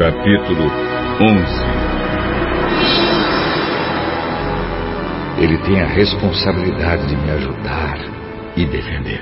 Capítulo 11. Ele tem a responsabilidade de me ajudar e defender.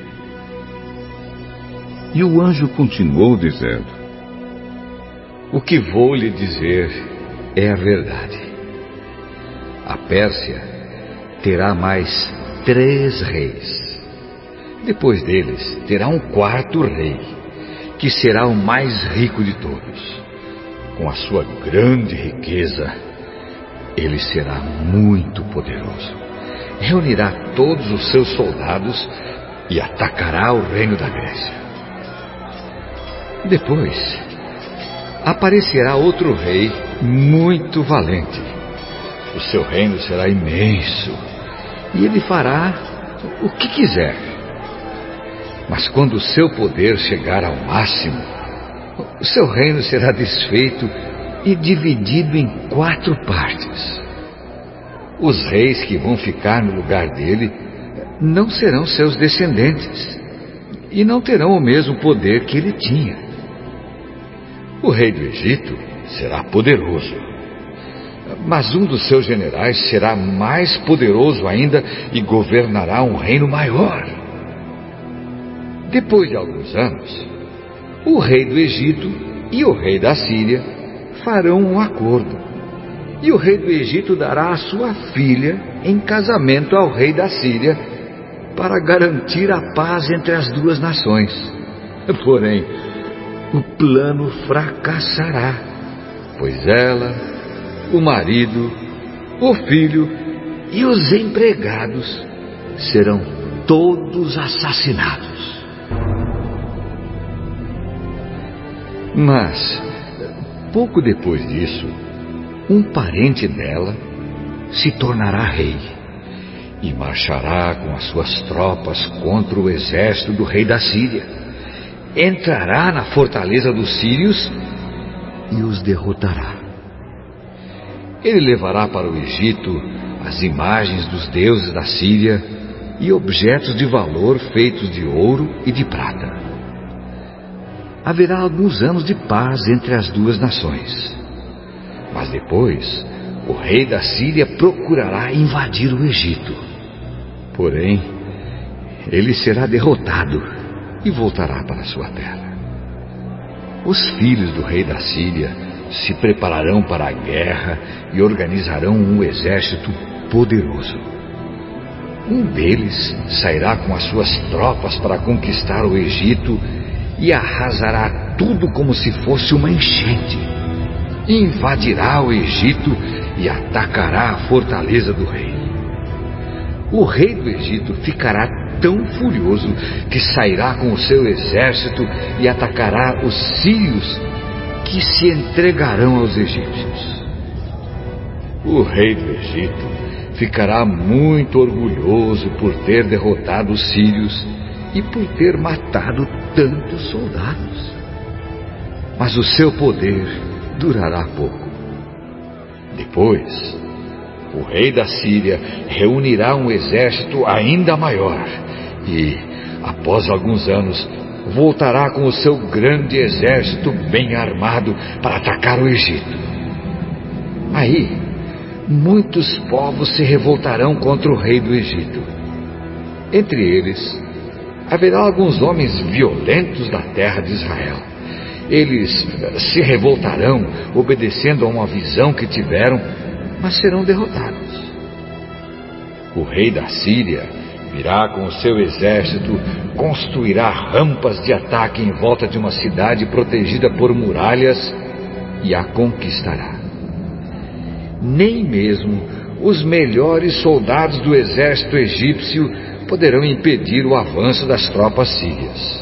E o anjo continuou dizendo: O que vou lhe dizer é a verdade. A Pérsia terá mais 3 reis. Depois deles terá um 4º rei, que será o mais rico de todos. Com a sua grande riqueza, ele será muito poderoso. Reunirá todos os seus soldados e atacará o reino da Grécia. Depois, aparecerá outro rei muito valente. O seu reino será imenso e ele fará o que quiser. Mas quando o seu poder chegar ao máximo, o seu reino será desfeito e dividido em 4 partes. Os reis que vão ficar no lugar dele não serão seus descendentes e não terão o mesmo poder que ele tinha. O rei do Egito será poderoso, mas um dos seus generais será mais poderoso ainda e governará um reino maior. Depois de alguns anos, o rei do Egito e o rei da Síria farão um acordo. E o rei do Egito dará a sua filha em casamento ao rei da Síria para garantir a paz entre as 2 nações. Porém, o plano fracassará, pois ela, o marido, o filho e os empregados serão todos assassinados. Mas, pouco depois disso, um parente dela se tornará rei e marchará com as suas tropas contra o exército do rei da Síria. Entrará na fortaleza dos sírios e os derrotará. Ele levará para o Egito as imagens dos deuses da Síria e objetos de valor feitos de ouro e de prata. Haverá alguns anos de paz entre as 2 nações. Mas depois, o rei da Síria procurará invadir o Egito. Porém, ele será derrotado e voltará para sua terra. Os filhos do rei da Síria se prepararão para a guerra e organizarão um exército poderoso. Um deles sairá com as suas tropas para conquistar o Egito e arrasará tudo como se fosse uma enchente. Invadirá o Egito e atacará a fortaleza do rei. O rei do Egito ficará tão furioso que sairá com o seu exército e atacará os sírios, que se entregarão aos egípcios. O rei do Egito ficará muito orgulhoso por ter derrotado os sírios e por ter matado tantos soldados. Mas o seu poder durará pouco. Depois, o rei da Síria reunirá um exército ainda maior e, após alguns anos, voltará com o seu grande exército bem armado para atacar o Egito. Aí, muitos povos se revoltarão contra o rei do Egito. Entre eles, haverá alguns homens violentos da terra de Israel. Eles se revoltarão, obedecendo a uma visão que tiveram, mas serão derrotados. O rei da Síria virá com o seu exército, construirá rampas de ataque em volta de uma cidade protegida por muralhas e a conquistará. Nem mesmo os melhores soldados do exército egípcio poderão impedir o avanço das tropas sírias.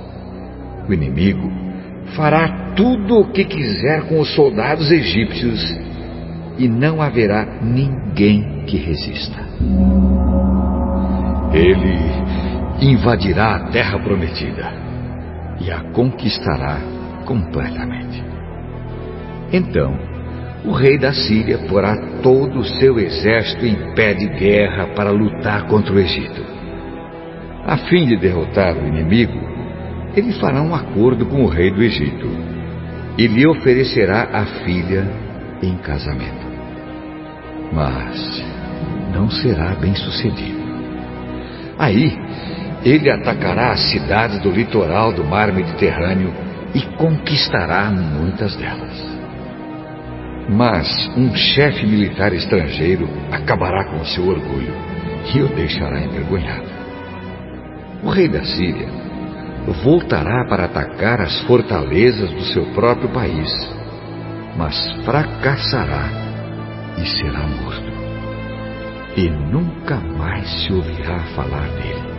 O inimigo fará tudo o que quiser com os soldados egípcios e não haverá ninguém que resista. Ele invadirá a terra prometida e a conquistará completamente. Então, o rei da Síria porá todo o seu exército em pé de guerra para lutar contra o Egito. A fim de derrotar o inimigo, ele fará um acordo com o rei do Egito. e lhe oferecerá a filha em casamento. Mas não será bem-sucedido. Aí ele atacará as cidades do litoral do mar Mediterrâneo e conquistará muitas delas. Mas um chefe militar estrangeiro acabará com o seu orgulho e o deixará envergonhado. O rei da Síria voltará para atacar as fortalezas do seu próprio país, mas fracassará e será morto. E nunca mais se ouvirá falar dele.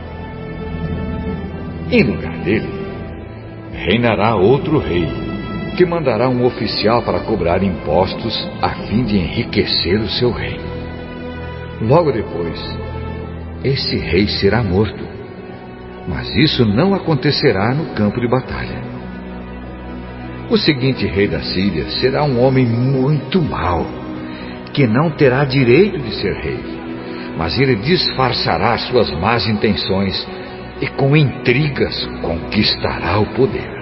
Em lugar dele, reinará outro rei, que mandará um oficial para cobrar impostos a fim de enriquecer o seu reino. Logo depois, esse rei será morto, mas isso não acontecerá no campo de batalha. O seguinte rei da Síria será um homem muito mau, que não terá direito de ser rei, mas ele disfarçará suas más intenções e com intrigas conquistará o poder.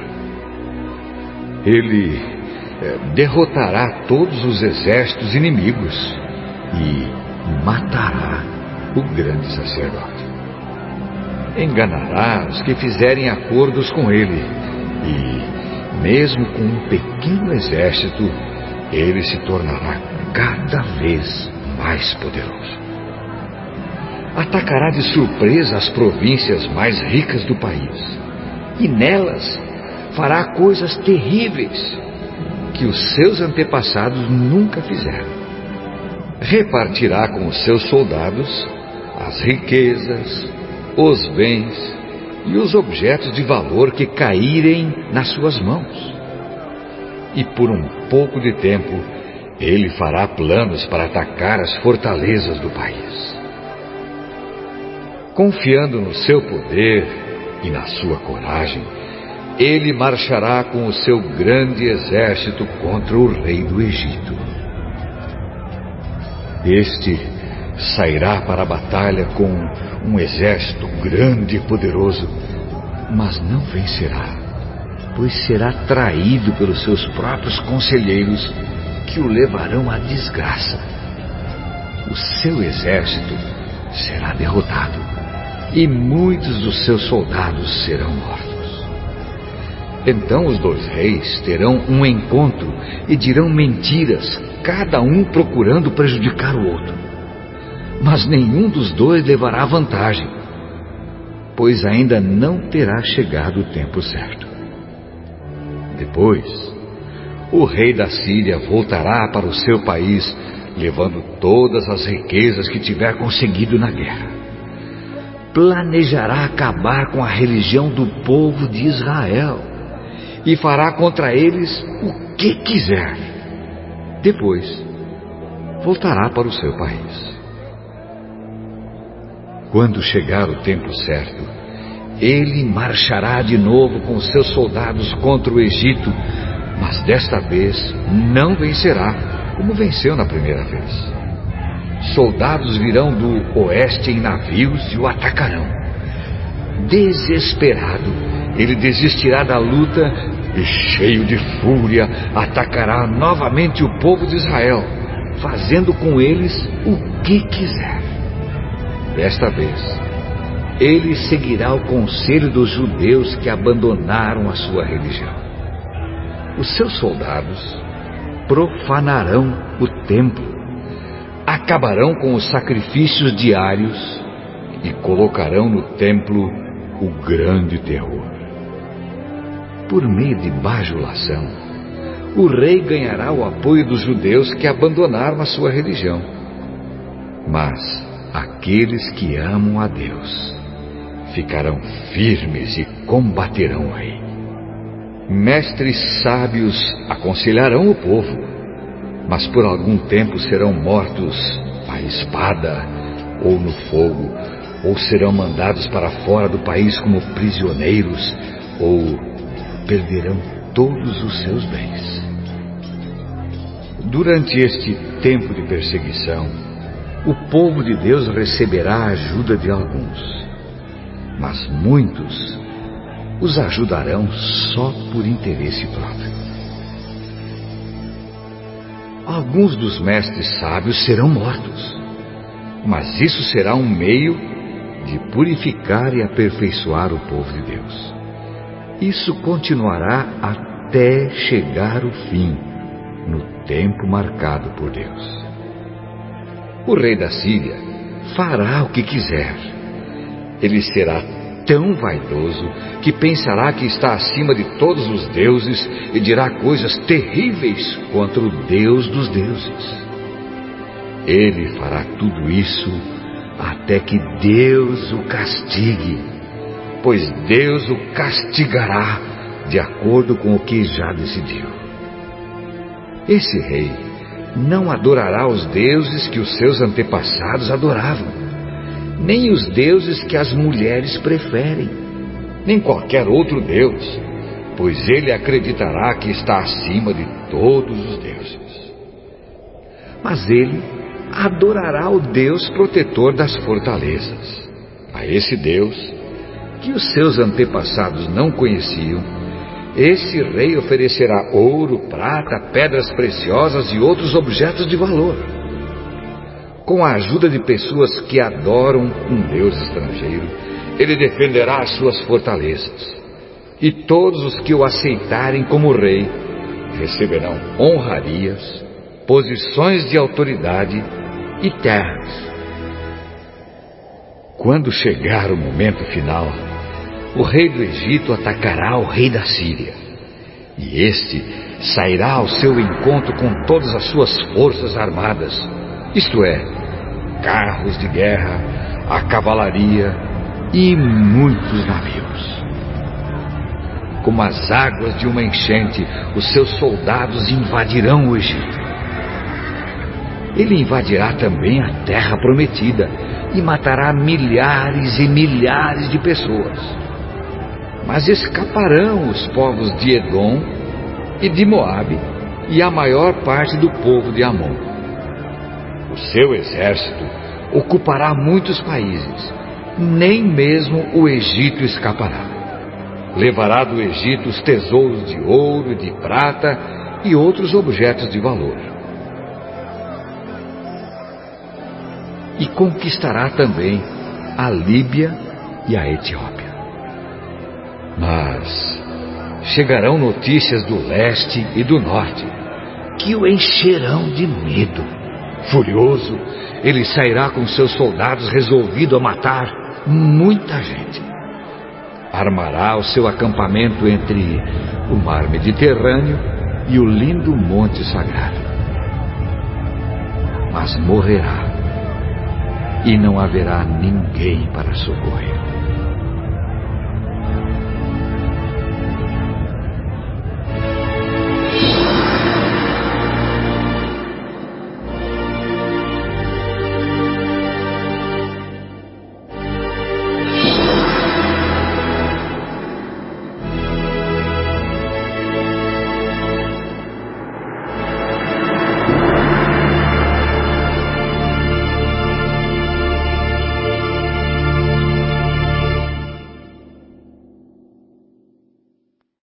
Ele derrotará todos os exércitos inimigos e matará o grande sacerdote. Enganará os que fizerem acordos com ele e, mesmo com um pequeno exército, ele se tornará cada vez mais poderoso. Atacará de surpresa as províncias mais ricas do país e nelas fará coisas terríveis que os seus antepassados nunca fizeram. Repartirá com os seus soldados as riquezas, os bens e os objetos de valor que caírem nas suas mãos. E por um pouco de tempo, ele fará planos para atacar as fortalezas do país. Confiando no seu poder e na sua coragem, ele marchará com o seu grande exército contra o rei do Egito. Este sairá para a batalha com um exército grande e poderoso, mas não vencerá, pois será traído pelos seus próprios conselheiros, que o levarão à desgraça. O seu exército será derrotado e muitos dos seus soldados serão mortos. Então os dois reis terão um encontro e dirão mentiras, cada um procurando prejudicar o outro. Mas nenhum dos dois levará vantagem, pois ainda não terá chegado o tempo certo. Depois, o rei da Síria voltará para o seu país, levando todas as riquezas que tiver conseguido na guerra. Planejará acabar com a religião do povo de Israel e fará contra eles o que quiser. Depois, voltará para o seu país. Quando chegar o tempo certo, ele marchará de novo com seus soldados contra o Egito, mas desta vez não vencerá, como venceu na primeira vez. Soldados virão do oeste em navios e o atacarão. Desesperado, ele desistirá da luta e, cheio de fúria, atacará novamente o povo de Israel, fazendo com eles o que quiser. Desta vez, ele seguirá o conselho dos judeus que abandonaram a sua religião. Os seus soldados profanarão o templo, acabarão com os sacrifícios diários e colocarão no templo o grande terror. Por meio de bajulação, o rei ganhará o apoio dos judeus que abandonaram a sua religião. Mas aqueles que amam a Deus ficarão firmes e combaterão o rei. Mestres sábios aconselharão o povo, mas por algum tempo serão mortos à espada ou no fogo, ou serão mandados para fora do país como prisioneiros, ou perderão todos os seus bens. Durante este tempo de perseguição, o povo de Deus receberá a ajuda de alguns, mas muitos os ajudarão só por interesse próprio. Alguns dos mestres sábios serão mortos, mas isso será um meio de purificar e aperfeiçoar o povo de Deus. Isso continuará até chegar o fim, no tempo marcado por Deus. O rei da Síria fará o que quiser. Ele será tão vaidoso que pensará que está acima de todos os deuses e dirá coisas terríveis contra o Deus dos deuses. Ele fará tudo isso até que Deus o castigue, pois Deus o castigará de acordo com o que já decidiu. Esse rei não adorará os deuses que os seus antepassados adoravam, nem os deuses que as mulheres preferem, nem qualquer outro deus, pois ele acreditará que está acima de todos os deuses. Mas ele adorará o Deus protetor das fortalezas. A esse Deus, que os seus antepassados não conheciam, esse rei oferecerá ouro, prata, pedras preciosas e outros objetos de valor. Com a ajuda de pessoas que adoram um Deus estrangeiro, ele defenderá as suas fortalezas. E todos os que o aceitarem como rei receberão honrarias, posições de autoridade e terras. Quando chegar o momento final, o rei do Egito atacará o rei da Síria, e este sairá ao seu encontro com todas as suas forças armadas, isto é, carros de guerra, a cavalaria e muitos navios. Como as águas de uma enchente, os seus soldados invadirão o Egito. Ele invadirá também a terra prometida e matará milhares e milhares de pessoas. Mas escaparão os povos de Edom e de Moabe e a maior parte do povo de Amon. O seu exército ocupará muitos países, nem mesmo o Egito escapará. Levará do Egito os tesouros de ouro, de prata e outros objetos de valor. E conquistará também a Líbia e a Etiópia. Mas chegarão notícias do leste e do norte, que o encherão de medo. Furioso, ele sairá com seus soldados resolvido a matar muita gente. Armará o seu acampamento entre o mar Mediterrâneo e o lindo Monte Sagrado. Mas morrerá, e não haverá ninguém para socorrer.